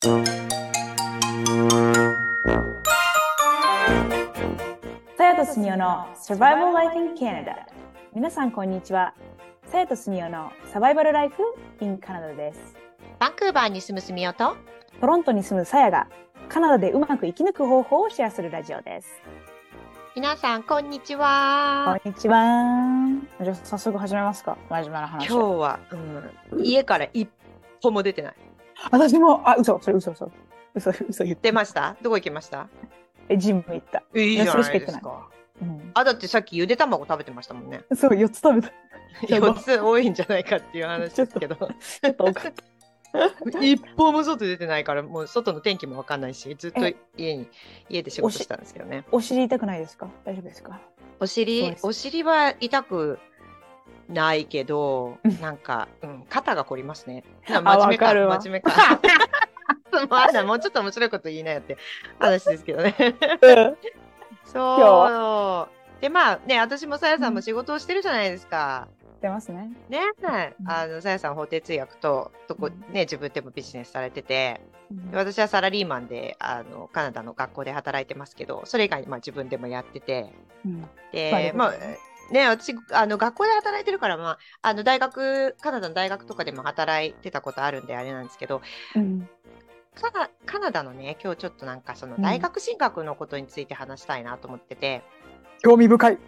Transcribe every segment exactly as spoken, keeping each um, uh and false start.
さやとすみおの Survival Life in Canada。 皆さんこんにちは。さやとすみおのサバイバルライフ in カナダです。 バンクーバーに住むすみおとトロントに住むさやがカナダでうまく生き抜く方法をシェアするラジオです。 皆さんこんにちは。 こんにちは。じゃあ早速始めますか。真面目な話。 今日は、うん、家から一歩も出てない。 私も、あ、嘘、それ嘘、嘘、嘘、嘘言って出ました。どこ行きました？ え、ジム行った。 いいじゃないですか。うん、あ、だってさっきゆで卵食べてましたもんね。 そう、よっつ食べた。 よっつ多いんじゃないかっていう話ですけど。ちょっと一歩も外出てないから、もう外の天気も分かんないし、ずっと家に家で仕事したんですけどね。 お尻痛くないですか？大丈夫ですか？ お尻お尻は痛くないけど、なんか、うん、肩が凝りますね。真面目か真面目か。もうちょっと面白いこと言いなよって話ですけどね。そうで、まあね、私もさやさんも仕事をしてるじゃないですか。 出ますね。 ね、あのさやさん法定通訳ととこ、ね、自分でもビジネスされてて、で私はサラリーマンであのカナダの学校で働いてますけど、それ以外にまあ自分でもやってて、うん、で、まあね、私あの学校で働いてるから、まあ、あの大学カナダの大学とかでも働いてたことあるんであれなんですけど、うん、カナ、カナダのね、今日ちょっとなんかその大学進学のことについて話したいなと思ってて、 うん、興味深い。うん 、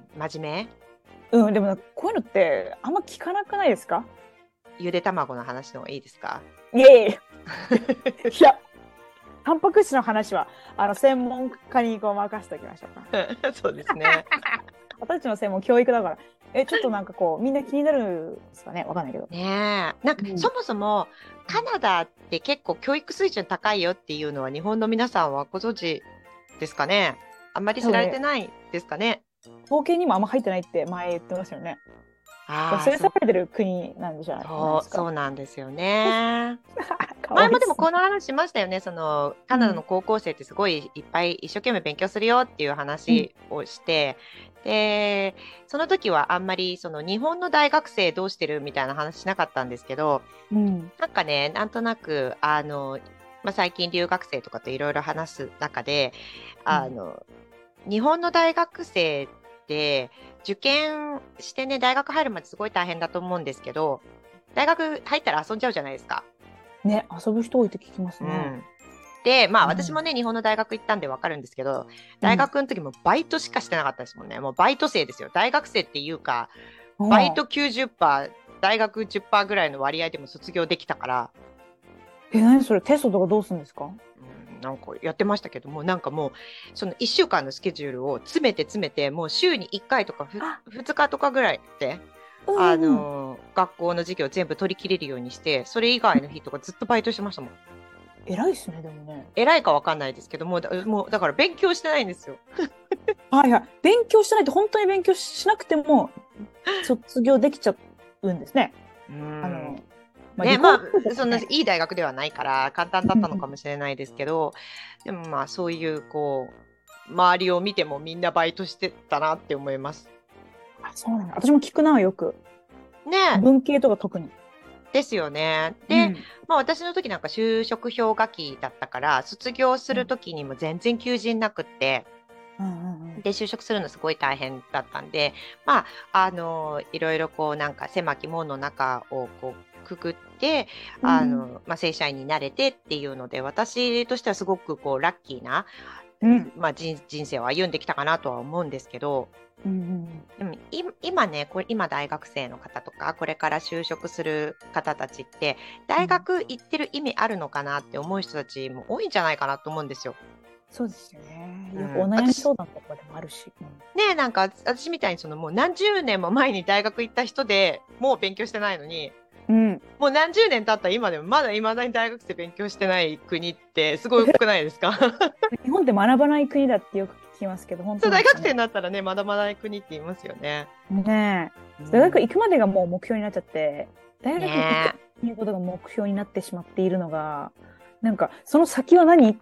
真面目。 うん、でもこういうのってあんま聞かなくないですか？ ゆで卵の話の方がいいですか？ いえいえいや、タンパク質の話はあの専門家にこう任せておきましょうか。そうですね。 私たちの専門教育だから、えちょっとなんかこうみんな気になるんですかね、わかんないけど。 ねえ、なんか、うん、そもそもカナダって結構教育水準高いよっていうのは日本の皆さんはご存知ですかね？あんまり知られてないですかね？ 統計にもあんま入ってないって前言ってましたよね。忘れ去られてる国なんでしょうね。 そう、そうなんですよね。前もでもこの話しましたよね。そのカナダの高校生ってすごいいっぱい一生懸命勉強するよっていう話をして、うん、でその時はあんまりその日本の大学生どうしてるみたいな話しなかったんですけど、うん、なんかね、なんとなくあの、まあ、最近留学生とかといろいろ話す中で、あの、うん、日本の大学生って受験してね、大学入るまですごい大変だと思うんですけど、大学入ったら遊んじゃうじゃないですか。 ね、遊ぶ人多いって聞きますね。うん、 で、まあ、うん、私もね、日本の大学行ったんで分かるんですけど、大学の時もバイトしかしてなかったですもんね。うん、もうバイト生ですよ。大学生っていうか、バイト きゅうじゅっパーセント、大学 じゅっパーセント ぐらいの割合でも卒業できたから。 え、何それ、テストとかどうするんですか？ うん、なんかやってましたけども、なんかもう、そのいっしゅうかんのスケジュールを詰めて詰めて、もう週にいっかいとかふつかとかぐらいで、あのー、学校の授業全部取り切れるようにして、それ以外の日とかずっとバイトしてましたもん。 偉いっすね、でもね。 偉いか分かんないですけども、もうだから勉強してないんですよ。 はいはい。勉強してないと本当に勉強しなくても卒業できちゃうんですね。 うん。あの、まあ、ね、まあ、そんないい大学ではないから簡単だったのかもしれないですけど、でもまあそういうこう、周りを見てもみんなバイトしてたなって思います。 あ、そうなんだ。私も聞くな、よく。 ね。 文系とか特に。 ですよね。で、うん、まあ私の時なんか就職氷河期だったから、卒業する時にも全然求人なくって、うんうんうん、で、就職するのすごい大変だったんで、まあ、あの、いろいろこうなんか狭き門の中をこうくくって、うん、あの、まあ正社員になれてっていうので、私としてはすごくこうラッキーな、うん、まあ人、人生を歩んできたかなとは思うんですけど、うんうん、でも今ね、これ今大学生の方とかこれから就職する方たちって大学行ってる意味あるのかなって思う人たちも多いんじゃないかなと思うんですよ。 そうですよね。よくお悩み相談とかでもあるし、うん、 ねえ、なんか私みたいにそのもう何十年も前に大学行った人でもう勉強してないのに、うん、もう何十年経った今でもまだ未だに大学生勉強してない国ってすごくないですか？ 日本って学ばない国だってよく聞きますけど、本当に、ね、大学生になったらね、学ばない国って言いますよね。 ねえ、うん、大学行くまでがもう目標になっちゃって、大学行くっていうことが目標になってしまっているのが、なんかその先は何って、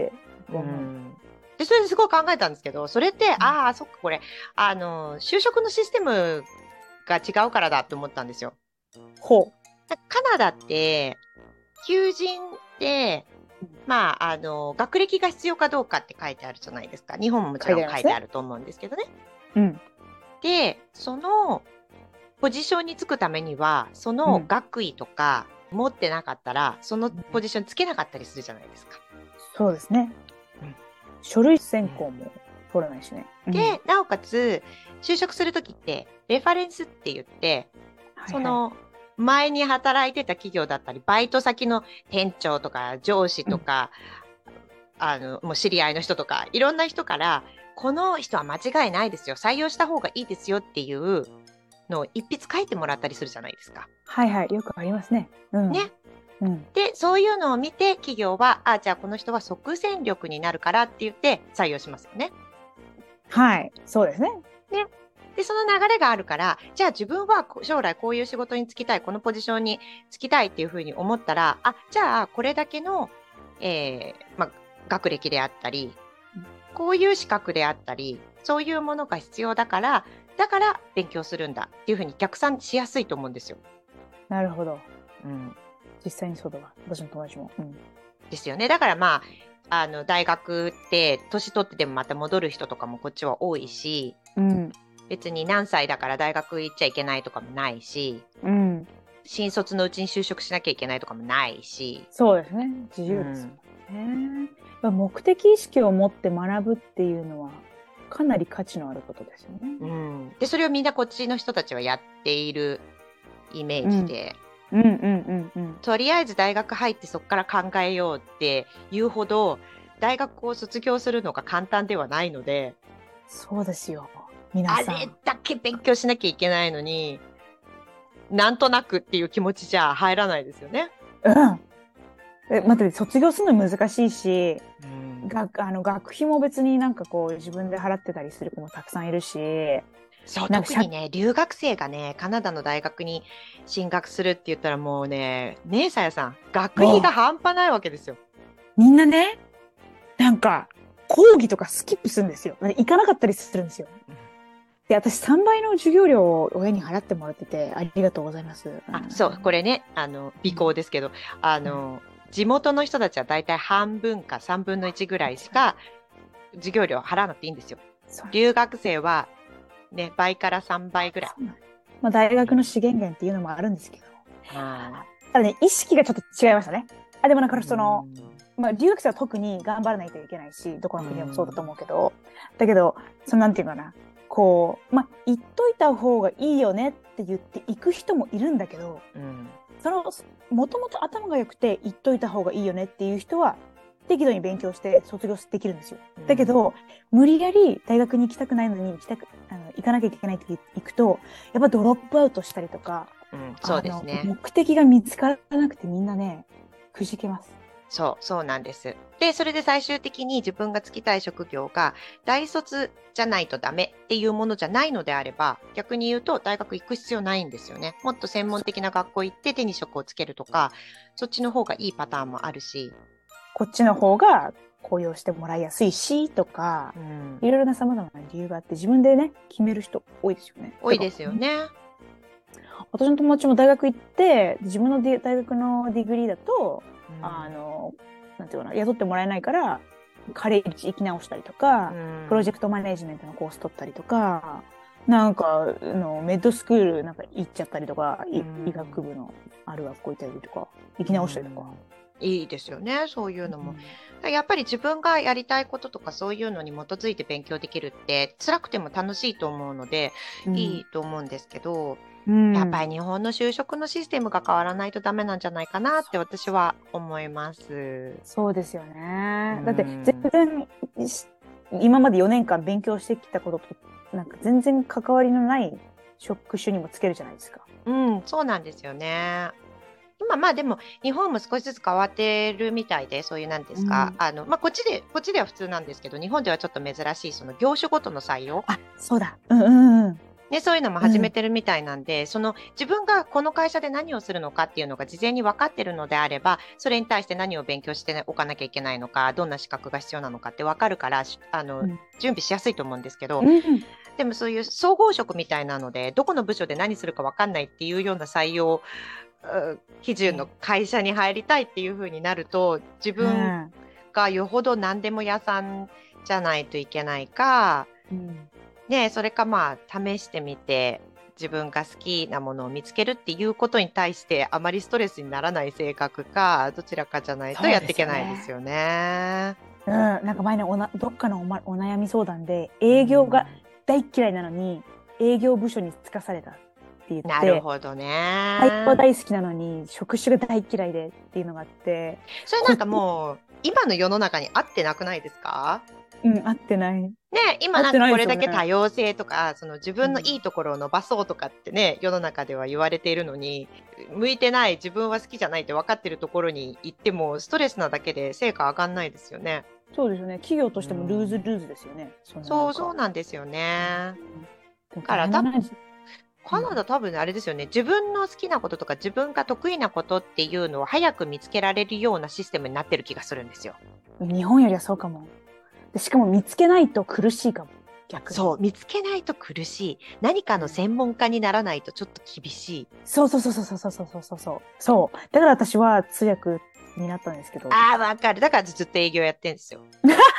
うん、でそれですごい考えたんですけど、それって、うん、ああそっか、これあの就職のシステムが違うからだと思ったんですよ。 ほう。 カナダって求人ってまあ、あの学歴が必要かどうかって書いてあるじゃないですか。日本ももちろん書いてあると思うんですけどね。 うん、 でそのポジションにつくためにはその学位とか持ってなかったら、そのポジションつけなかったりするじゃないですか。 そうですね、うん、書類選考も取らないしね、うん、 でなおかつ就職するときってレファレンスって言って、はいはい、その前に働いてた企業だったりバイト先の店長とか上司とか、うん、あのもう知り合いの人とかいろんな人からこの人は間違いないですよ、採用した方がいいですよっていうのを一筆書いてもらったりするじゃないですか。 はいはい、よくありますね。うん、 ね、うん、でそういうのを見て企業はあじゃあこの人は即戦力になるからって言って採用しますよね。 はい、そうですね。 ねでその流れがあるからじゃあ自分は将来こういう仕事に就きたいこのポジションに就きたいっていうふうに思ったらあじゃあこれだけの、えーま、学歴であったりこういう資格であったりそういうものが必要だからだから勉強するんだっていうふうに逆算しやすいと思うんですよ。 なるほど、 うん、 実際にそうだわ、私の友達も、うん、 ですよね。だからまああの大学って年取ってでもまた戻る人とかもこっちは多いし、うん、別に何歳だから大学行っちゃいけないとかもないし、うん、新卒のうちに就職しなきゃいけないとかもないし。 そうですね、自由ですよね、うん、目的意識を持って学ぶっていうのはかなり価値のあることですよね、 うん、でそれをみんなこっちの人たちはやっているイメージで、 うん、うんうんうんうん、 とりあえず大学入ってそこから考えようっていうほど大学を卒業するのが簡単ではないので。 そうですよ、皆さんあれだけ勉強しなきゃいけないのになんとなくっていう気持ちじゃ入らないですよね。 うんえ待って卒業するの難しいし、うん、学あの学費も別になんかこう自分で払ってたりする子もたくさんいるし、 そう特にね留学生がねカナダの大学に進学するって言ったらもうねねえさやさん学費が半端ないわけですよ。 みんなねなんか講義とかスキップするんですよ。行かなかったりするんですよ。で私さんばいの授業料を親に払ってもらっててありがとうございます。 あそうこれねあの尾行ですけど、うん、あの、うん、地元の人たちはだいたい半分かさんぶんのいちぐらいしか授業料払わなくていいんですよ。留学生はね倍からさんばいぐらい。 まあ、大学の資源源っていうのもあるんですけど、うん、ただね意識がちょっと違いましたね。あでもなんかその、うんまあ、留学生は特に頑張らないといけないしどこの国でもそうだと思うけど、うん、だけどそのなんていうかなこうまあ言っといた方がいいよねって言って行く人もいるんだけど、うん、そのもともと頭が良くて言っといた方がいいよねっていう人は適度に勉強して卒業できるんですよ、うん、だけど無理やり大学に行きたくないのに行きたくあの行かなきゃいけないって行くとやっぱドロップアウトしたりとか、 うん、そうですね、 目的が見つからなくてみんなねくじけます。 そうそうなんです。でそれで最終的に自分が就きたい職業が大卒じゃないとダメっていうものじゃないのであれば逆に言うと大学行く必要ないんですよね。もっと専門的な学校行って手に職をつけるとかそっちの方がいいパターンもあるしこっちの方が雇用してもらいやすいしとか、うん、いろいろな様々な理由があって自分でね決める人多いですよね。 多いですよね。 私の友達も大学行って自分の大学のディグリーだとうん、あのなんていうかな雇ってもらえないからカレッジ行き直したりとか、うん、プロジェクトマネジメントのコース取ったりとかなんかのメッドスクールなんか行っちゃったりとか、うん、医学部のある学校行ったりとか行き直したりとか、 うん、いいですよねそういうのも、うん、やっぱり自分がやりたいこととかそういうのに基づいて勉強できるって辛くても楽しいと思うので、うん、いいと思うんですけどうん、やっぱり日本の就職のシステムが変わらないとダメなんじゃないかなって私は思います。 そうですよね、うん、だって全然今までよねんかん勉強してきたこととなんか全然関わりのない職種にもつけるじゃないですか。 うんそうなんですよね。今まあでも日本も少しずつ変わってるみたいでそういうなんですか、うんあのまあ、こっちでこっちでは普通なんですけど日本ではちょっと珍しいその業種ごとの採用あそうだうんうんうんね、そういうのも始めてるみたいなんで、うん、その自分がこの会社で何をするのかっていうのが事前に分かってるのであればそれに対して何を勉強しておかなきゃいけないのかどんな資格が必要なのかって分かるからあの、うん、準備しやすいと思うんですけど、うん、でもそういう総合職みたいなのでどこの部署で何するか分かんないっていうような採用基準の会社に入りたいっていう風になると、自分がよほど何でも屋さんじゃないといけないか、うん、ね、それかまあ試してみて自分が好きなものを見つけるっていうことに対してあまりストレスにならない性格か、どちらかじゃないとやっていけないですよね。 うん、なんか前ね、おなどっかのお、ま、お悩み相談で営業が大嫌いなのに、うん、営業部署に就かされたって言って、 なるほどね。 最高大好きなのに職種が大嫌いでっていうのがあって、 それなんかもう今の世の中に合ってなくないですか？ うん、合ってない。 ね、今なんかこれだけ多様性とか、ね、その自分のいいところを伸ばそうとかってね、うん、世の中では言われているのに、向いてない、自分は好きじゃないって分かってるところに行ってもストレスなだけで成果上がんないですよね。 そうですよね。企業としてもルーズルーズですよね。 うん、そうそうなんですよね。うん、だから多分カナダ多分あれですよね、自分の好きなこととか自分が得意なことっていうのを早く見つけられるようなシステムになってる気がするんですよ。 日本よりはそうかも。でしかも見つけないと苦しいかも。逆に。 そう見つけないと苦しい。何かの専門家にならないとちょっと厳しい。 そうそうそうそうそうそうそうそうそう。そうだから私は通訳になったんですけど。 ああ、わかる。だからずっと営業やってるんですよ。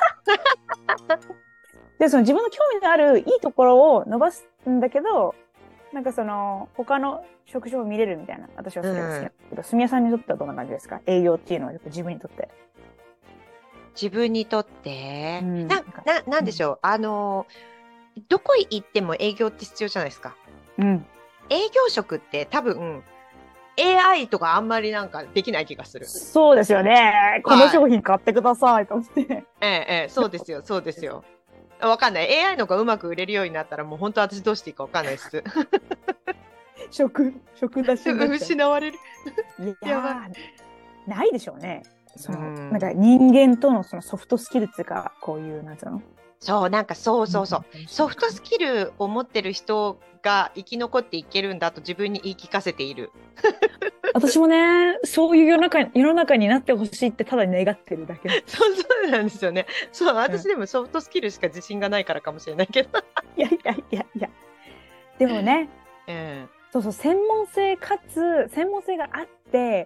でその自分の興味のあるいいところを伸ばすんだけど、なんかその他の職種を見れるみたいな、私はそれが好きなんですけど、すみやさんにとってはどんな感じですか？営業っていうのはやっぱ自分にとって。 自分にとって、うん、な、な、なんでしょう、うん、あのどこ行っても営業って必要じゃないですか。うん。営業職って多分 エーアイ とかあんまりなんかできない気がする。 そうですよね。この商品買ってくださいと思って。ええええ、そうですよ、そうですよ。わかんない。エーアイ のがうまく売れるようになったらもう本当私どうしていいかわかんないです。 職、職出し失われる。 いやばい。ないでしょうね。その、なんか人間とのそのソフトスキルっていうか、こういう、なんつうの？ そう、なんかそうそうそう。ソフトスキルを持ってる人が生き残っていけるんだと自分に言い聞かせている。 私もね、そういう世の中、世の中になってほしいってただ願ってるだけ。 そうそうなんですよね。そう、私でもソフトスキルしか自信がないからかもしれないけど。 いやいやいやいや。でもね、うん、そうそう、専門性かつ、専門性があって、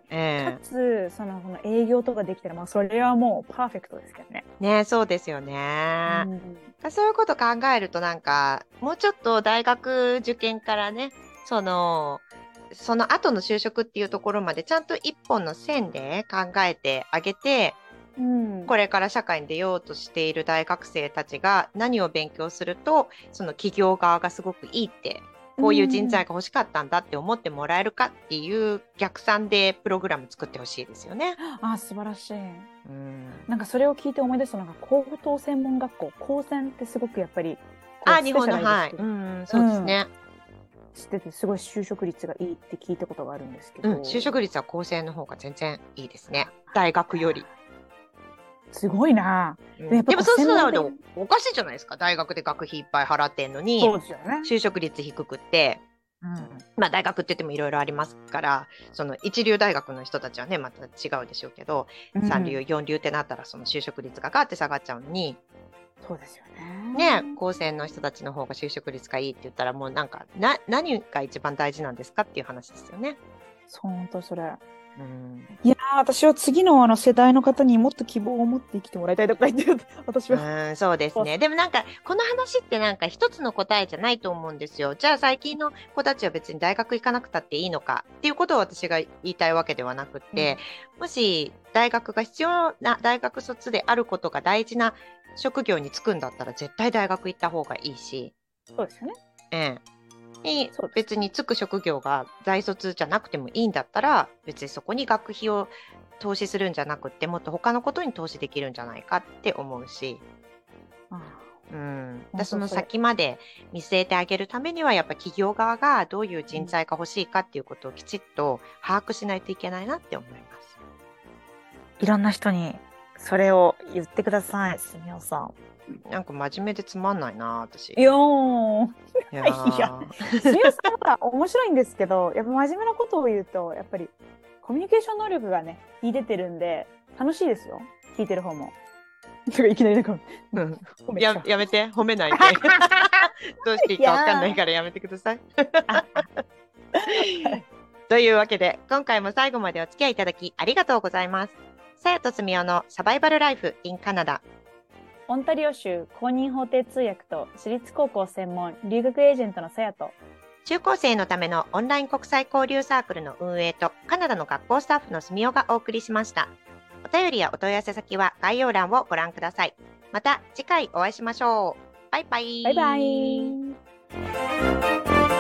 えー、かつその、その営業とかできたら、まあ、それはもうパーフェクトですけどね。 ね、そうですよね、うん。そういうこと考えるとなんか、もうちょっと大学受験からね、その、その後の就職っていうところまでちゃんと一本の線で考えてあげて、うん、これから社会に出ようとしている大学生たちが何を勉強すると、その企業側がすごくいいって、こういう人材が欲しかったんだって思ってもらえるかっていう逆算でプログラム作ってほしいですよね。 あ、素晴らしい。うん、なんかそれを聞いて思い出したのが、高等専門学校、高専ってすごくやっぱり、 あ、日本の、はい、うん、そうですね。うん知っててすごい就職率がいいって聞いたことがあるんですけど、うん、 就職率は高専の方が全然いいですね、大学より。 すごいな、 うん、で, でもそうそうだとおかしいじゃないですか。大学で学費いっぱい払ってんのに、 そうですよね、 就職率低くって、うん、まあ大学って言ってもいろいろありますから、その一流大学の人たちはねまた違うでしょうけど、うん、三流四流ってなったらその就職率がガーって下がっちゃうのに、 そうですよね。 ね、高専の人たちの方が就職率がいいって言ったら、もうなんかな何が一番大事なんですかっていう話ですよね。 そう、本当それ。うん、いや私は次のあの世代の方にもっと希望を持って生きてもらいたいとか言って私は。 うん、そうですね。でもなんかこの話ってなんか一つの答えじゃないと思うんですよ。じゃあ最近の子たちは別に大学行かなくたっていいのかっていうことを私が言いたいわけではなくて、うん、もし大学が必要な大学卒であることが大事な職業に就くんだったら絶対大学行った方がいいし。 そうですよね。 ええ。に別に就く職業が大卒じゃなくてもいいんだったら、別にそこに学費を投資するんじゃなくて、もっと他のことに投資できるんじゃないかって思うし、ああ、うん、だその先まで見据えてあげるためにはやっぱ企業側がどういう人材が欲しいかっていうことをきちっと把握しないといけないなって思います。 いろんな人にそれを言ってください、すみおさん。 なんか真面目でつまんないな私。 いやーいやーいやすみおさんは面白いんですけど、やっぱ真面目なことを言うとやっぱりコミュニケーション能力がね出てるんで楽しいですよ、聞いてる方も。いきなりなんか、 うん、や, やめて褒めないでどうしていいか分かんないからやめてください。 というわけで、今回も最後までお付き合いいただきありがとうございます。さやとすみおのサバイバルライフ in カナダ。 オンタリオ州公認法廷通訳と私立高校専門留学エージェントのさやと、 中高生のためのオンライン国際交流サークルの運営とカナダの学校スタッフのすみおがお送りしました。お便りやお問い合わせ先は概要欄をご覧ください。また次回お会いしましょう。バイバイ。 バイバイ。